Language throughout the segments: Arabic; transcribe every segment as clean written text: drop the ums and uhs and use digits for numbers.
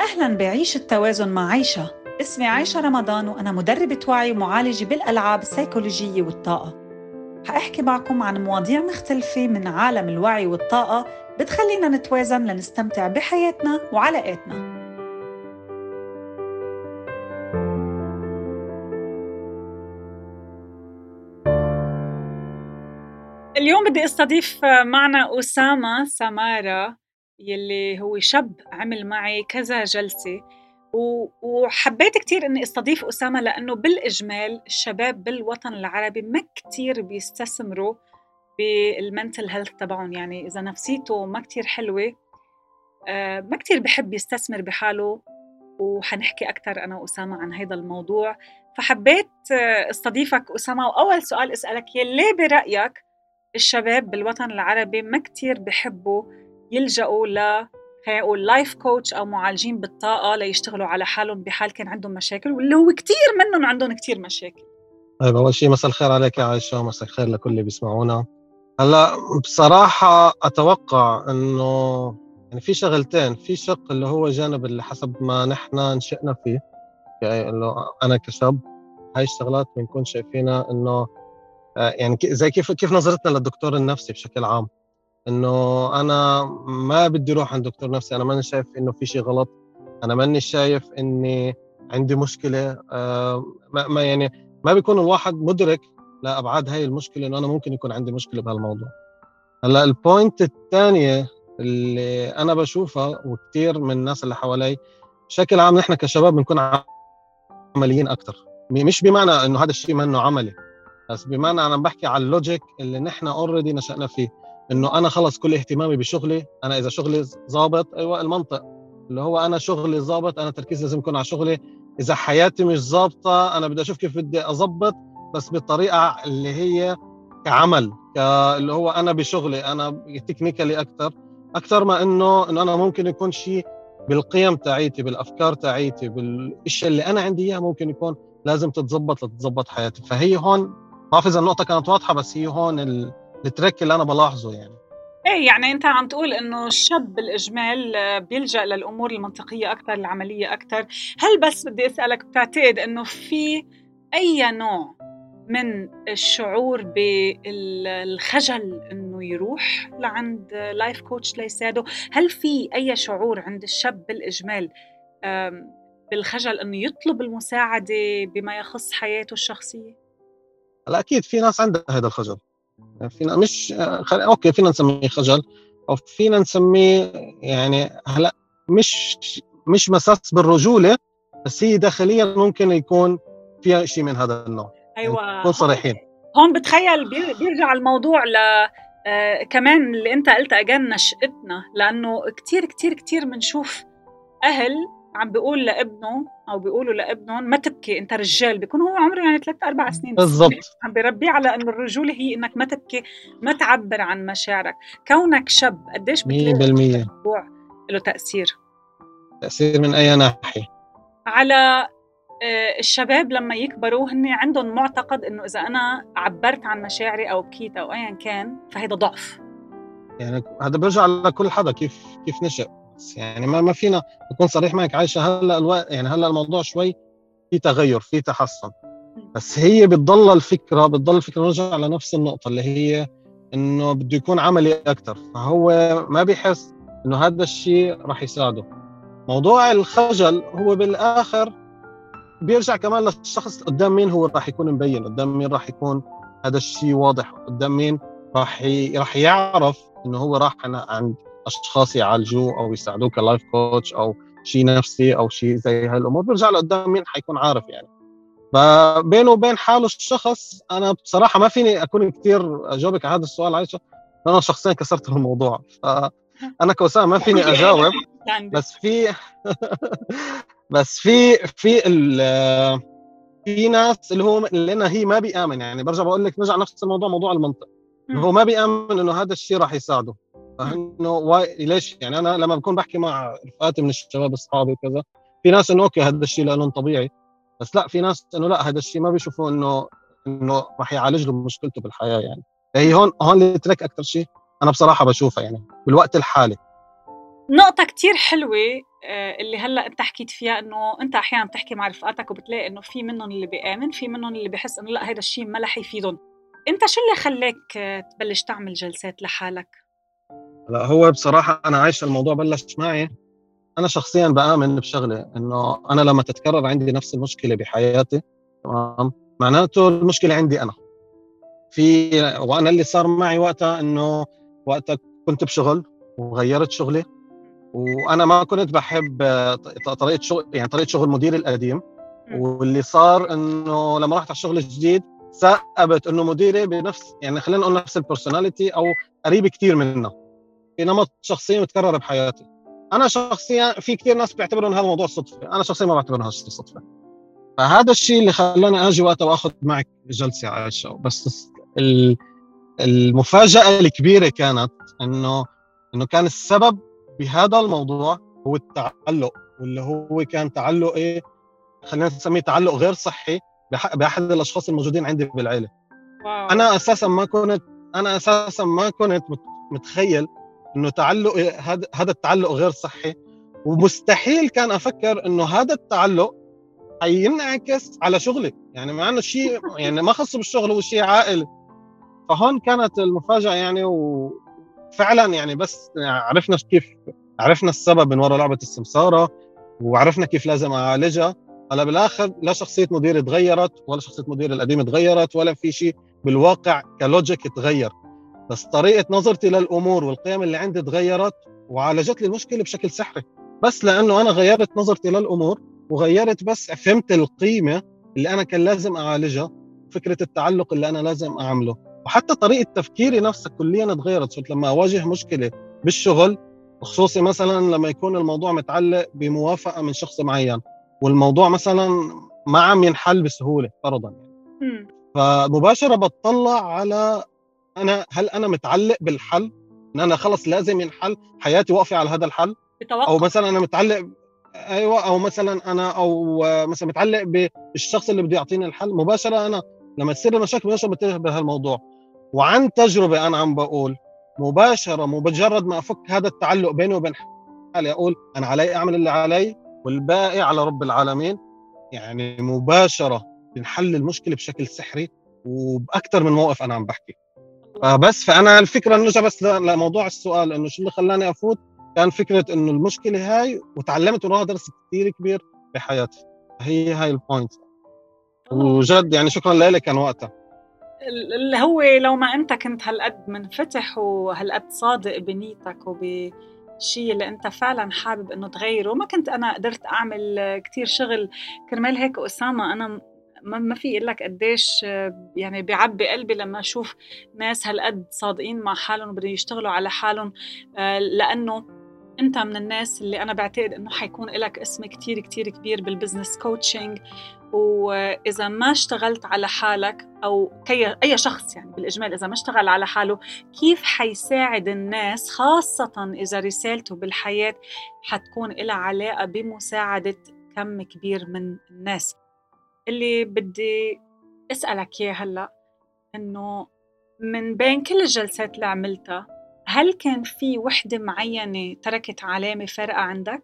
أهلاً بعيش التوازن مع عيشة. اسمي عايشة رمضان وأنا مدربة وعي ومعالجة بالألعاب السيكولوجية والطاقة. هأحكي معكم عن مواضيع مختلفة من عالم الوعي والطاقة بتخلينا نتوازن لنستمتع بحياتنا وعلاقاتنا. اليوم بدي استضيف معنا أسامة سمارة، يلي هو شاب عمل معي كذا جلسة، وحبيت كتير إني استضيف أسامة لأنه بالإجمال الشباب بالوطن العربي ما كتير بيستثمروا بالمنتل هيلث تبعهم. يعني إذا نفسيته ما كتير حلوة ما كتير بحب يستثمر بحاله. وحنحكي أكتر أنا وأسامة عن هذا الموضوع. فحبيت استضيفك أسامة، وأول سؤال أسألك ليه برأيك الشباب بالوطن العربي ما كتير بحبوا يلجأوا خلينا نقول لايف كوتش أو معالجين بالطاقة ليشتغلوا على حالهم بحال كان عندهم مشاكل، واللي هو كتير منهم عندهم كتير مشاكل؟ طيب، أول شيء مساء الخير عليك يا عائشة، ومساء الخير لكل اللي بيسمعونا. هلا بصراحة أتوقع إنه يعني في شغلتين، في شق اللي هو جانب اللي حسب ما نحن نشأنا فيه، يعني إنه أنا كشاب هاي الشغلات بنكون شايفينها إنه يعني زي كيف نظرتنا للدكتور النفسي بشكل عام، إنه أنا ما بدي أروح عند دكتور نفسي، أنا ماني شايف إنه في شيء غلط، أنا ماني شايف إني عندي مشكلة. ما يعني ما بيكون الواحد مدرك لأبعاد هاي المشكلة، إنه أنا ممكن يكون عندي مشكلة بهالموضوع. هلا البوينت الثانية اللي أنا بشوفها وكتير من الناس اللي حوالي بشكل عام، نحن كشباب بنكون عمليين أكتر. مش بمعنى إنه هذا الشيء ما إنه عملي، بس بمعنى أنا بحكي على اللوجيك اللي نحن أوريدي نشأنا فيه، إنه أنا خلص كل اهتمامي بشغلي. أنا إذا شغلي ضابط، أيوة المنطق اللي هو أنا شغلي ضابط، أنا تركيزي لازم يكون على شغلي. إذا حياتي مش ضابطة، أنا بدي أشوف كيف بدي أضبط، بس بالطريقة اللي هي كعمل، اللي هو أنا بشغلي أنا تكنيكالي أكثر ما إنه أنا ممكن يكون شيء بالقيم تاعيتي، بالأفكار تاعيتي، بالأشياء اللي أنا عندي إياها ممكن يكون لازم تتضبط لتتضبط حياتي. فهي هون، ما بعرف إذا النقطة كانت واضحة، بس هي هون الترك اللي أنا بلاحظه يعني. إيه، يعني أنت عم تقول إنه الشاب بالإجمال بيلجأ للأمور المنطقية أكتر، العملية أكتر. هل بس بدي أسألك، بتعتقد إنه في أي نوع من الشعور بالخجل إنه يروح لعند لايف كوتش ليساعده؟ هل في أي شعور عند الشاب بالإجمال بالخجل إنه يطلب المساعدة بما يخص حياته الشخصية؟ هلا أكيد في ناس عندها هذا الخجل، فينا مش أوكي، فينا نسميه خجل أو فينا نسميه يعني هلا مش مساس بالرجولة، بس هي داخليا ممكن يكون فيها شيء من هذا النوع. يعني أيوة، نكون صريحين. هون بتخيل بيرجع الموضوع كمان اللي انت قلت أجان نشأتنا، لأنه كتير كتير كتير منشوف أهل عم بيقول لابنه أو بيقولوا لابنهم ما تبكي أنت رجال، بيكون هو عمره يعني 3-4 سنين، بس بالضبط، عم بيربيه على أنه الرجولة هي إنك ما تبكي، ما تعبر عن مشاعرك. كونك شاب قديش بتلاقي 100%. الموضوع له تأثير تأثير من أي ناحية؟ على الشباب لما يكبروا هن عندهم معتقد إنه إذا أنا عبرت عن مشاعري أو بكيت أو أيا كان فهيدا ضعف. يعني هذا بيرجع لكل حدا كيف نشأ. بس يعني ما فينا نكون صريح معك عايشة. هلا يعني هلا الموضوع شوي في تغير، في تحسن، بس هي بتضل الفكرة نرجع على نفس النقطة اللي هي إنه بده يكون عملي أكتر. فهو ما بيحس إنه هذا الشيء راح يساعده. موضوع الخجل هو بالآخر بيرجع كمان للشخص قدام مين هو راح يكون مبين، قدام مين راح يكون هذا الشيء واضح، قدام مين راح يعرف إنه هو راح عند أشخاص يعالجوه أو يساعدوه كلايف كوتش أو شيء نفسي أو شيء زي هالأمور. بيرجع لقدام مين حيكون عارف يعني. فبينه وبين حاله الشخص، أنا بصراحة ما فيني أكون كتير أجاوبك على هذا السؤال عايشة، أنا شخصيا كسرت الموضوع، فأنا كوسام ما فيني أجاوب. بس في بس في ناس اللي هو لأن هي ما بيآمن، يعني برجع بقول لك نرجع نفس الموضوع، موضوع المنطق، اللي هو ما بيآمن إنه هذا الشيء راح يساعده. فإنه ليش يعني أنا لما بكون بحكي مع رفقاتي من الشباب أصحابي كذا، في ناس إنه أوكي هذا الشيء لهم طبيعي، بس لا، في ناس إنه لا، هذا الشيء ما بيشوفوا إنه راح يعالج له مشكلته بالحياة يعني. هي هون اللي ترك أكتر شيء أنا بصراحة بشوفها يعني بالوقت الحالي. نقطة كتير حلوة اللي هلا انت حكيت فيها، انه انت احيانا بتحكي مع رفقاتك وبتلاقي انه في منهم اللي بيآمن، في منهم اللي بحس انه لا هذا الشيء ما رح يفيدهم. انت شو اللي خلاك تبلش تعمل جلسات لحالك؟ لا، هو بصراحة أنا عايش الموضوع بلش معي. أنا شخصيا بآمن بشغلة، إنه أنا لما تتكرر عندي نفس المشكلة بحياتي، تمام، معناته المشكلة عندي أنا. في وأنا اللي صار معي وقتها إنه وقتها كنت بشغل وغيرت شغلي، وأنا ما كنت بحب طريقة شغل، يعني طريقة شغل مديري القديم. واللي صار إنه لما رحت على الشغل الجديد ثأبت إنه مديري بنفس، يعني خلينا نقول نفس البرسوناليتي أو قريب كتير منه، في نمط شخصية متكرر بحياتي. أنا شخصيا، في كتير ناس بيعتبروا إن هذا موضوع صدفة، أنا شخصيا ما بعتبر إنه صدفة. فهذا الشيء اللي خلاني أجي وقتها وأخذ معك جلسة عائشة. بس المفاجأة الكبيرة كانت إنه كان السبب بهذا الموضوع هو التعلق، واللي هو كان تعلق إيه، خلينا نسميه تعلق غير صحي بأحد الأشخاص الموجودين عندي بالعائلة. واو. أنا أساسا ما كنت متخيل إنه تعلق هذا التعلق غير صحي، ومستحيل كان أفكر إنه هذا التعلق هينعكس على شغلي، يعني مع إنه شيء يعني ما خصه بالشغل، هو شيء عائلي. فهون كانت المفاجأة يعني، وفعلا يعني بس عرفنا كيف، عرفنا السبب من وراء لعبة السمسارة، وعرفنا كيف لازم أعالجها. هلا بالآخر لا شخصية مديري تغيرت، ولا شخصية مديري القديم تغيرت، ولا في شيء بالواقع كلوجيك تغير، بس طريقة نظرتي للأمور والقيم اللي عندي تغيرت، وعالجت لي المشكلة بشكل سحري. بس لأنه أنا غيرت نظرتي للأمور، وغيرت، بس فهمت القيمة اللي أنا كان لازم أعالجها، فكرة التعلق اللي أنا لازم أعمله، وحتى طريقة تفكيري نفسها كليا اتغيرت. صرت لما أواجه مشكلة بالشغل، خصوصي مثلا لما يكون الموضوع متعلق بموافقة من شخص معين، والموضوع مثلا ما عم ينحل بسهولة فرضا يعني، فمباشرة بتطلع على هل أنا متعلق بالحل، إن أنا خلص لازم ينحل، حياتي واقفة على هذا الحل، أو بتوقع. مثلا أنا متعلق، أيوة، أو مثلا أنا، أو مثلا متعلق بالشخص اللي بده يعطيني الحل. مباشرة أنا لما تصير المشاكل مباشرة بتنتبه بهالموضوع. وعن تجربة أنا عم بقول، مباشرة مجرد ما أفك هذا التعلق بيني وبين حالي، أقول أنا علي أعمل اللي علي والباقي على رب العالمين، يعني مباشرة بنحل المشكلة بشكل سحري، وبأكثر من موقف أنا عم بحكي. فأنا الفكرة نرجع بس لموضوع السؤال، إنه شو اللي خلاني أفوت، كان فكرة إنه المشكلة هاي، وتعلمت وراها درس كتير كبير بحياتي. هاي البوينت. وجد يعني شكرا لك كان وقتها. اللي هو لو ما أنت كنت هالقد منفتح وهالقد صادق بنيتك وبشيء اللي أنت فعلا حابب إنه تغيره، ما كنت أنا قدرت أعمل كتير شغل كرمال هيك. أسامة، أنا ما في أقول لك قديش يعني بيعبي قلبي لما أشوف ناس هالقد صادقين مع حالهم وبدهم يشتغلوا على حالهم، لأنه أنت من الناس اللي أنا بعتقد إنه حيكون لك اسم كتير كتير كبير بالبزنس كوتشنج. وإذا ما اشتغلت على حالك، أو أي شخص يعني بالإجمال إذا ما اشتغل على حاله، كيف حيساعد الناس، خاصة إذا رسالته بالحياة حتكون لها علاقة بمساعدة كم كبير من الناس. اللي بدي أسألك إياه هلأ، إنه من بين كل الجلسات اللي عملتها، هل كان في وحدة معينة تركت علامة فارقة عندك؟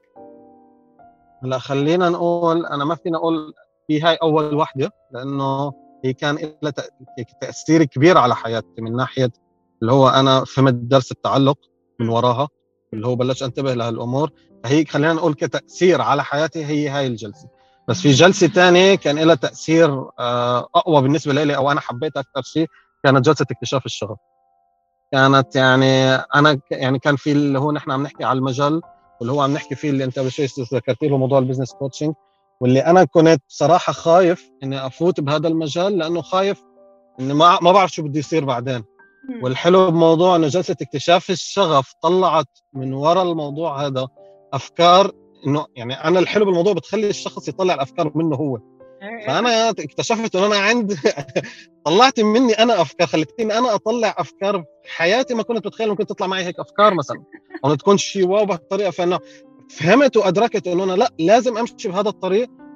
هلا خلينا نقول، أنا ما فينا أقول في هاي أول وحدة، لأنه هي كان لها تأثير كبير على حياتي، من ناحية اللي هو أنا فهمت درس التعلق من وراها، اللي هو بلش أنتبه لهالأمور. فهي خلينا نقول كتأثير على حياتي هي هاي الجلسة. بس في جلسة تانية كان لها تأثير أقوى بالنسبة لي، أو أنا حبيت أكثر شيء، كانت جلسة اكتشاف الشغف. كانت يعني أنا يعني كان في اللي هو نحن عم نحكي على المجال، واللي هو عم نحكي فيه اللي أنت بشوي ذكرت له، موضوع البزنس كوتشنج، واللي أنا كنت صراحة خايف إني أفوت بهذا المجال، لأنه خايف إني ما بعرف شو بده يصير بعدين. والحلو بموضوع إنه جلسة اكتشاف الشغف طلعت من وراء الموضوع هذا أفكار، إنه يعني أنا الحلو بالموضوع بتخلي الشخص يطلع الأفكار منه هو. فأنا اكتشفت إنه أنا عندي طلعت مني أنا أفكار، خلتني أنا أطلع أفكار حياتي ما كنت متخيل ممكن تطلع معي هيك أفكار مثلا، أو تكون شيء واو بهالطريقة. فأنا فهمت وأدركت إنه أنا لا، لازم أمشي بهذا الطريق،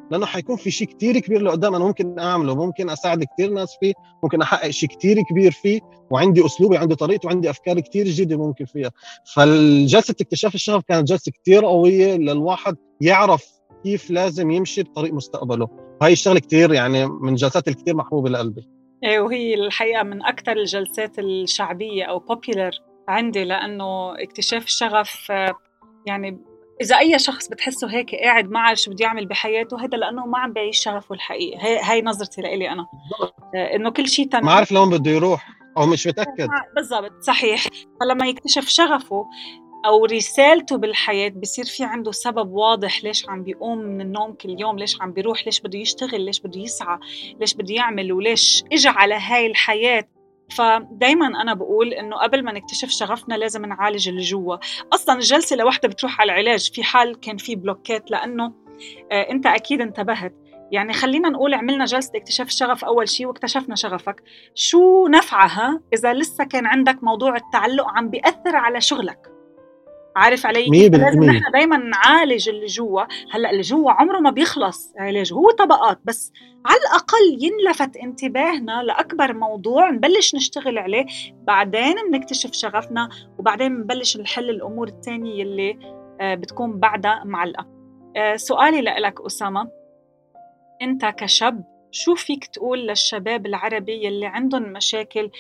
لانه حيكون في شيء كتير كبير لقدام انا ممكن اعمله، ممكن اساعد كتير ناس فيه، ممكن احقق شيء كتير كبير فيه، وعندي اسلوبي، عندي طريقتي، وعندي افكار كتير جديده ممكن فيها. فالجلسه اكتشاف الشغف كانت جلسه كتير قويه للواحد يعرف كيف لازم يمشي بطريق مستقبله. وهي الشغله كتير يعني من الجلسات الكتير محبوبه لقلبي. إيه، وهي الحقيقة من أكثر الجلسات الشعبية أو popular عندي، لأنه اكتشاف الشغف يعني إذا أي شخص بتحسه هيك قاعد ما عارف شو بده يعمل بحياته، هذا لأنه ما عم بيعيش شغفه الحقيقي. هاي نظرتي لإلي أنا، إنه كل شيء ما تمام. عارف لوين بده يروح او مش متاكد. بالضبط، صحيح. فلما يكتشف شغفه أو رسالته بالحياة، بصير في عنده سبب واضح ليش عم بيقوم من النوم كل يوم، ليش عم بيروح، ليش بده يشتغل، ليش بده يسعى، ليش بده يعمل، وليش إجا على هاي الحياة. فدايما أنا بقول إنه قبل ما نكتشف شغفنا لازم نعالج اللي جوا. أصلا الجلسة لوحدها بتروح على العلاج في حال كان في بلوكات، لأنه أنت أكيد انتبهت. يعني خلينا نقول عملنا جلسة اكتشاف الشغف أول شيء واكتشفنا شغفك، شو نفعها إذا لسه كان عندك موضوع التعلق عم بيأثر على شغلك؟ عارف علي كيف؟ لازم 100%. نحن دايما نعالج اللي جوا. هلا اللي جوا عمره ما بيخلص علاجه، هو طبقات، بس على الأقل ينلفت انتباهنا لأكبر موضوع نبلش نشتغل عليه، بعدين بنكتشف شغفنا، وبعدين بنبلش نحل الأمور التانية اللي بتكون بعدها معلقة. سؤالي لك أسامة، أنت كشاب شو فيك تقول للشباب العربي يلي عندهم مشاكل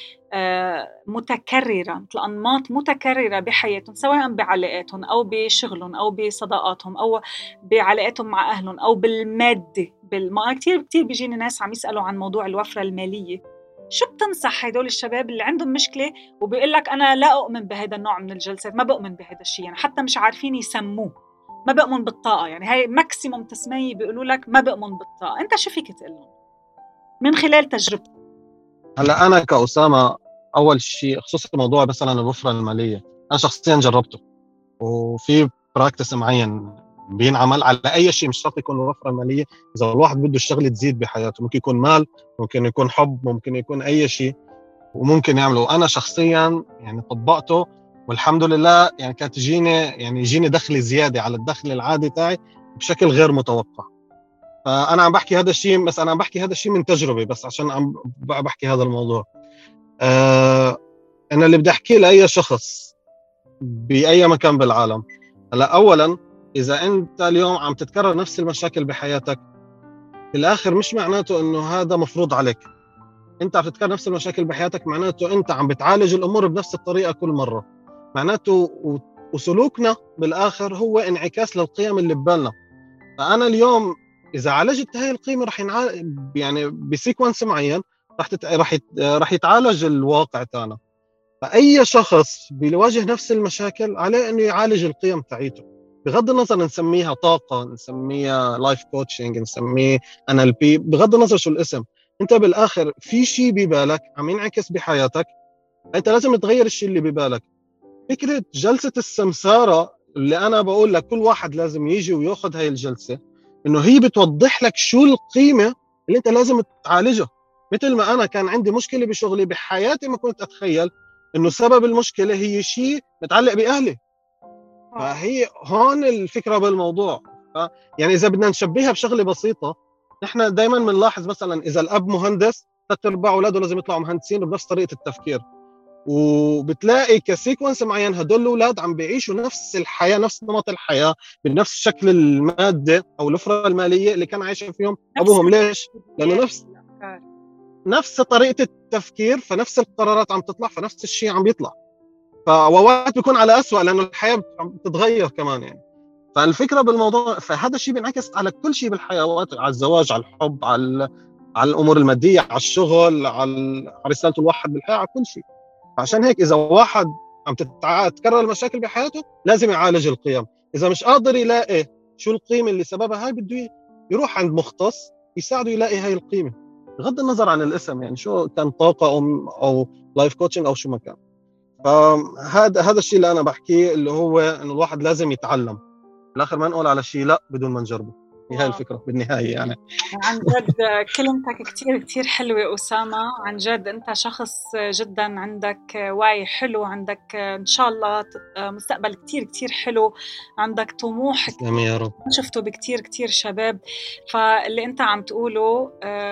متكررة، مثل أنماط متكررة بحياتهم، سواء بعلاقاتهم أو بشغلهم أو بصداقاتهم أو بعلاقاتهم مع أهلهم أو بالمادة كتير كتير بيجيني ناس عم يسألوا عن موضوع الوفرة المالية. شو بتنصح هدول الشباب اللي عندهم مشكلة وبيقول لك أنا لا أؤمن بهذا النوع من الجلسات، ما بؤمن بهذا الشيء، يعني حتى مش عارفين يسموه، ما بؤمن بالطاقة، يعني هاي ماكسيموم تسمية بيقولوا لك ما بؤمن بالطاقة. أنت شو فيك تقول لهم من خلال تجربتك؟ هلا انا كأسامة، اول شيء خصوصا موضوع مثلا الوفره الماليه، انا شخصيا جربته، وفي براكتس معين بينعمل على اي شيء، مش شرط يكون الوفره الماليه. اذا الواحد بده الشغل تزيد بحياته، ممكن يكون مال، ممكن يكون حب، ممكن يكون اي شيء وممكن يعمله. انا شخصيا يعني طبقته، والحمد لله يعني كانت يجيني دخل زياده على الدخل العادي تاعي بشكل غير متوقع. فانا عم بحكي هذا الشيء، بس انا عم بحكي هذا الشيء من تجربه، بس عشان عم بحكي هذا الموضوع. انا اللي بدي احكيه لاي شخص باي مكان بالعالم. هلا اولا، اذا انت اليوم عم تتكرر نفس المشاكل بحياتك، في الاخر مش معناته انه هذا مفروض عليك. انت عم تتكرر نفس المشاكل بحياتك، معناته انت عم بتعالج الامور بنفس الطريقه كل مره. معناته وسلوكنا بالاخر هو انعكاس للقيم اللي ببالنا. فانا اليوم اذا عالجت هاي القيمه رح يعني بسيكونس معين رح يتعالج الواقع تاعنا. فأي شخص بيواجه نفس المشاكل عليه إنه يعالج القيم تاعيته، بغض النظر نسميها طاقة، نسميها لايف كوتشنج، نسميه NLP، بغض النظر شو الاسم. أنت بالآخر في شيء ببالك عم ينعكس بحياتك، أنت لازم تغير الشيء اللي ببالك. فكرة جلسة السمسارة اللي أنا بقول لك كل واحد لازم يجي وياخذ هاي الجلسة، إنه هي بتوضح لك شو القيمة اللي أنت لازم تعالجها. مثل ما أنا كان عندي مشكلة بشغلي، بحياتي ما كنت أتخيل إنه سبب المشكلة هي شيء متعلق بأهلي. فهي هون الفكرة بالموضوع. يعني إذا بدنا نشبهها بشغلة بسيطة، نحن دائما بنلاحظ مثلا إذا الأب مهندس، ثلاث أرباع أولاده لازم يطلعوا مهندسين بنفس طريقة التفكير. وبتلاقي كسيكونس معين هدول الاولاد عم بيعيشوا نفس الحياه، نفس نمط الحياه، بنفس شكل الماده او الوفره الماليه اللي كان عايشين فيهم نفس ابوهم. ليش؟ لانه الأفكار. نفس طريقه التفكير، فنفس القرارات عم تطلع، فنفس الشيء عم بيطلع. فاوقات بيكون على أسوأ لانه الحياه عم تتغير كمان يعني. فالفكره بالموضوع، فهذا الشيء بينعكس على كل شيء بالحياه، على الزواج، على الحب، على الامور الماديه، على الشغل، على رساله الواحد بالحياه، على كل شيء. عشان هيك إذا واحد عم تتكرر المشاكل بحياته لازم يعالج القيم. إذا مش قادر يلاقي شو القيمة اللي سببها هاي، بده يروح عند مختص يساعده يلاقي هاي القيمة، بغض النظر عن الاسم، يعني شو كان طاقة أو لايف كوتشنج أو شو ما كان. فهذا الشيء اللي أنا بحكيه، اللي هو إنه الواحد لازم يتعلم. بالآخر ما نقول على شيء لا بدون ما نجربه. هي هاي الفكرة بالنهاية يعني. عن جد كلمتك كتير كتير حلوة أسامة. عن جد أنت شخص جدا عندك وعي حلو، عندك إن شاء الله مستقبل كتير كتير حلو، عندك طموح تسلمي يا رب. شفته بكتير كتير شباب. فاللي أنت عم تقوله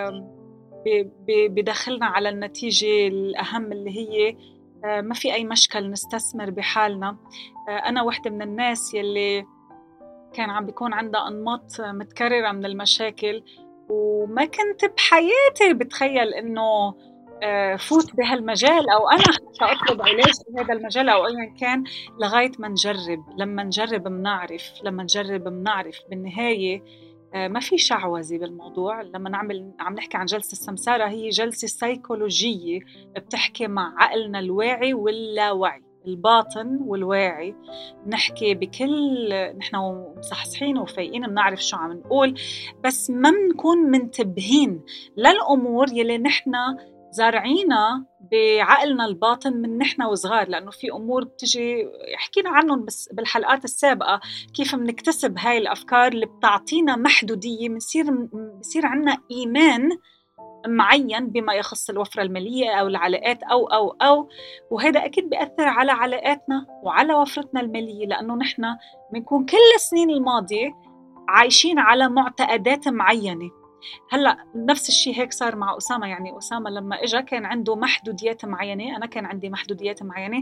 بدخلنا على النتيجة الأهم اللي هي ما في أي مشكل نستثمر بحالنا. أنا واحدة من الناس يلي كان عم بيكون عندها أنماط متكررة من المشاكل، وما كنت بحياتي بتخيل إنه فوت بهالمجال أو أنا حتى أطلب علاج في هذا المجال أو أيا كان، لغاية ما نجرب. لما نجرب بنعرف، لما نجرب بنعرف بالنهاية. ما في شعوذة بالموضوع. لما عم نحكي عن جلسة السمسارة، هي جلسة سيكولوجية بتحكي مع عقلنا الواعي واللاوعي، الباطن والواعي. نحكي بكل نحن مصحصحين وفايقين، بنعرف شو عم نقول، بس ما بنكون منتبهين للأمور يلي نحن زارعينا بعقلنا الباطن من نحن وصغار. لأنه في أمور بتجي حكينا عنهم بس بالحلقات السابقة، كيف منكتسب هاي الأفكار اللي بتعطينا محدودية، بصير عنا إيمان معين بما يخص الوفرة المالية أو العلاقات أو وهذا أكيد بيأثر على علاقاتنا وعلى وفرتنا المالية، لأنه نحن بنكون كل السنين الماضية عايشين على معتقدات معينة. هلأ نفس الشيء هيك صار مع أسامة. يعني أسامة لما إجا كان عنده محدوديات معينة، أنا كان عندي محدوديات معينة،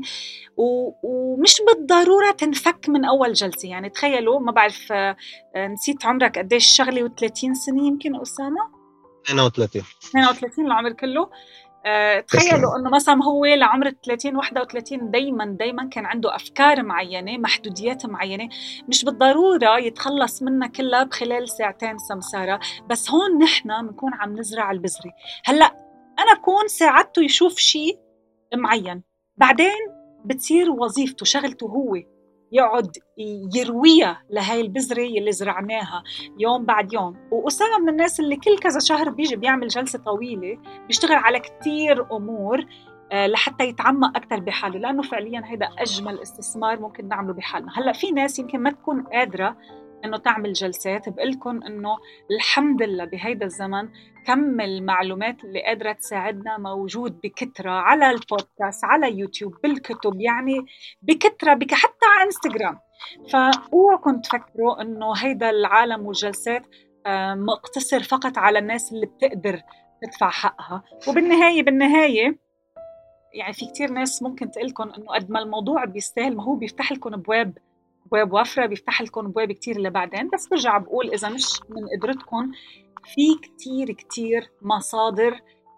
ومش بالضرورة تنفك من أول جلسة. يعني تخيلوا، ما بعرف نسيت عمرك قديش، شغلي و30 سنة يمكن أسامة 32 العمر كله. تخيلوا انه مثلا هو لعمر 30 31 دايما كان عنده افكار معينه، محدوديات معينه، مش بالضروره يتخلص منها كلها بخلال ساعتين سمساره. بس هون نحن بنكون عم نزرع البذره. هلا انا بكون ساعدته يشوف شيء معين، بعدين بتصير وظيفته شغلته هو يقعد يرويها لهاي البذرة اللي زرعناها يوم بعد يوم. وأسامة من الناس اللي كل كذا شهر بيجي بيعمل جلسة طويلة، بيشتغل على كتير أمور لحتى يتعمق أكتر بحاله، لأنه فعليا هيدا أجمل استثمار ممكن نعمله بحالنا. هلأ في ناس يمكن ما تكون قادرة إنه تعمل جلسات، بقلكن إنه الحمد لله بهيدا الزمن كم المعلومات اللي قادرة تساعدنا موجود بكترة على البودكاست، على يوتيوب، بالكتب، يعني بكترة حتى على انستغرام. فأوعوا تفكروا إنه هيدا العالم والجلسات مقتصر فقط على الناس اللي بتقدر تدفع حقها. وبالنهاية يعني في كتير ناس ممكن تقلكن إنه قد ما الموضوع بيستاهل، ما هو بيفتح لكم أبواب وفرة، بيفتح لكم أبواب كتير لبعدين. بس برجع بقول إذا مش من قدرتكم، في كتير مصادر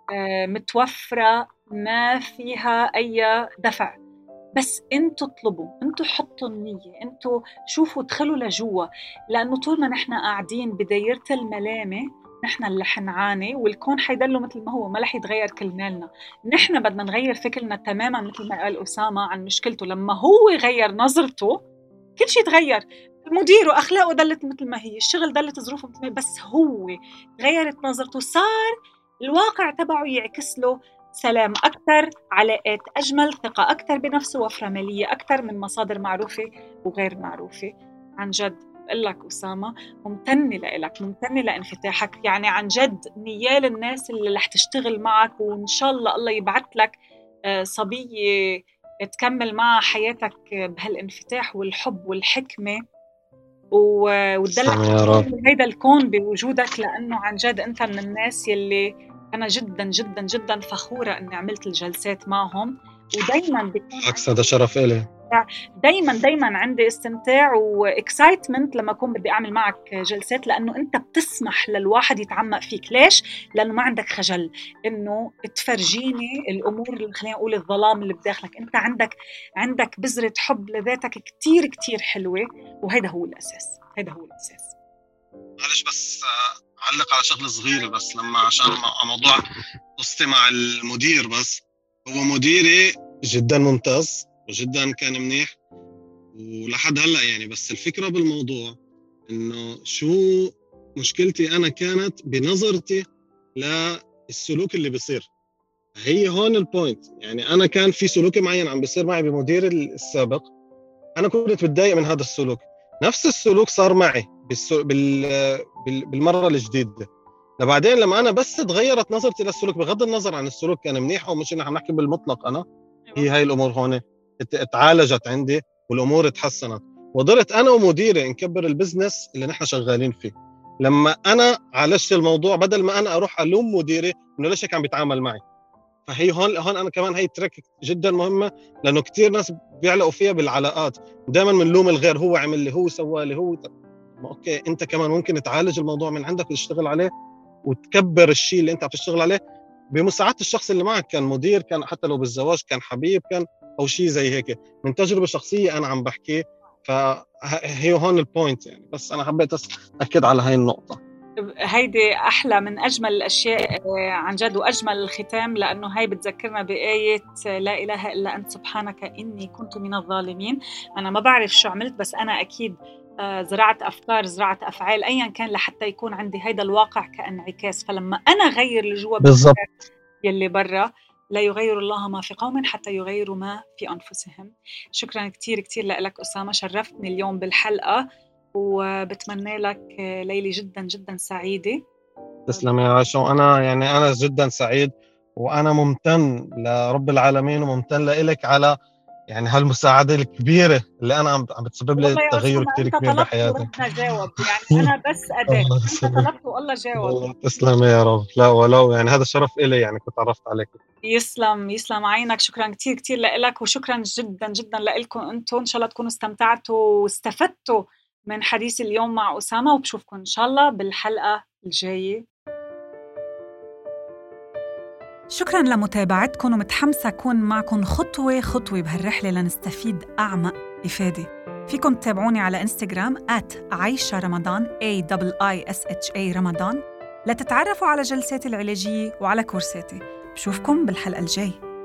متوفرة ما فيها أي دفع. بس انتوا اطلبوا، انتوا حطوا النية، انتوا شوفوا، ادخلوا لجوا. لأنه طول ما نحن قاعدين بدايرة الملامة نحن اللي حنعاني، والكون حيدله مثل ما هو، ما رح يتغير كل مالنا. نحن بدنا نغير فكرنا تماما، مثل ما قال أسامة عن مشكلته. لما هو غير نظرته كل شيء تغير. المدير وأخلاقه دلت مثل ما هي، الشغل دلت ظروفه مثل ما هي، بس هو غيرت نظرته، صار الواقع تبعه يعكس له سلام أكثر، علاقات أجمل، ثقة أكثر بنفسه، وفرة مالية أكثر من مصادر معروفة وغير معروفة. عن جد بقول لك أسامة، ممتنة لك، ممتنة لانفتاحك. يعني عن جد نيال الناس اللي رح تشتغل معك، وإن شاء الله يبعث لك صبية تكمل مع حياتك بهالانفتاح والحب والحكمة، وتدلك هيدا الكون بوجودك. لأنه عن جد أنت من الناس يلي أنا جدا فخورة أني عملت الجلسات معهم. ودايما بيكون هذا شرف إلي. دايما عندي استمتاع واكسايتمنت لما أكون بدي أعمل معك جلسات، لأنه أنت بتسمح للواحد يتعمق فيك. ليش؟ لأنه ما عندك خجل إنه تفرجيني الأمور اللي خلينا نقول الظلام اللي بداخلك. أنت عندك بذرة حب لذاتك كتير حلوة، وهذا هو الأساس. معلش بس أعلق على شغلة صغيرة بس، لما عشان موضوع قصتي مع المدير، بس هو مديري جدا ممتاز وجدا كان منيح ولحد هلأ يعني. بس الفكرة بالموضوع إنه شو مشكلتي أنا كانت بنظرتي للسلوك اللي بيصير. هي هون البوينت. يعني أنا كان في سلوك معين عم بيصير معي بمدير السابق، أنا كنت متضايق من هذا السلوك. نفس السلوك صار معي بالمره الجديده. بعدين لما انا بس تغيرت نظرتي للسلوك، بغض النظر عن السلوك كان منيح او مش، نحن نحكي بالمطلق، انا هي هاي الامور هون اتعالجت عندي والامور اتحسنت، وقدرت انا ومديري نكبر البزنس اللي نحن شغالين فيه. لما انا عالجت الموضوع بدل ما انا اروح الوم مديري انه ليش هيك عم بيتعامل معي. فهي هون انا كمان هي ترك جدا مهمه، لانه كثير ناس بيعلقوا فيها بالعلاقات، دائما بنلوم الغير، هو عمل لي، هو سوى لي، هو اوكي انت كمان ممكن تعالج الموضوع من عندك وتشتغل عليه وتكبر الشيء اللي انت عم تشتغل عليه بمساعده الشخص اللي معك، كان مدير، كان حتى لو بالزواج، كان حبيب، كان او شيء زي هيك. من تجربه شخصيه انا عم بحكي، فهي هون البوينت يعني. بس انا حبيت اكد على هاي النقطه. هيدي أحلى من أجمل الأشياء عن جد، وأجمل الختام، لأنه هاي بتذكرنا بآية لا إله إلا أنت سبحانك إني كنت من الظالمين. أنا ما بعرف شو عملت، بس أنا أكيد زرعت أفكار، زرعت أفعال، أيا كان، لحتى يكون عندي هيدا الواقع كانعكاس. فلما أنا غير لجوا بالضبط، يلي برا، لا يغير الله ما في قوم حتى يغيروا ما في أنفسهم. شكرا كتير كتير لك أسامة، شرفتني اليوم بالحلقة، وبتمنى لك ليلة جدا جدا سعيدة. تسلم يا عائشة. وأنا يعني أنا جدا سعيد، وأنا ممتن لرب العالمين وممتن لك على يعني هالمساعدة الكبيرة اللي أنا عم بتسبب لي والله يا تغير أسامة كتير أنت كبير طلبت بحياتي. وربنا جاوب، يعني أنا بس أداة، الله أنت يسلمك. طلبت والله جاوب. والله تسلم يا رب. لا ولو يعني هذا شرف إلي يعني كنت عرفت عليك. يسلم يسلم عينك، شكرا كتير كتير لك، وشكرا جدا جدا لكم أنتم. إن شاء الله تكونوا استمتعتوا واستفدتوا من حديث اليوم مع أسامة، وبشوفكم إن شاء الله بالحلقة الجاية. شكراً لمتابعتكم، ومتحمسة أكون معكم خطوة خطوة بهالرحلة لنستفيد أعمق إفادة. فيكم تتابعوني على إنستغرام @عايشة رمضان AIISHA رمضان لتتعرفوا على جلساتي العلاجية وعلى كورساتي. بشوفكم بالحلقة الجاي.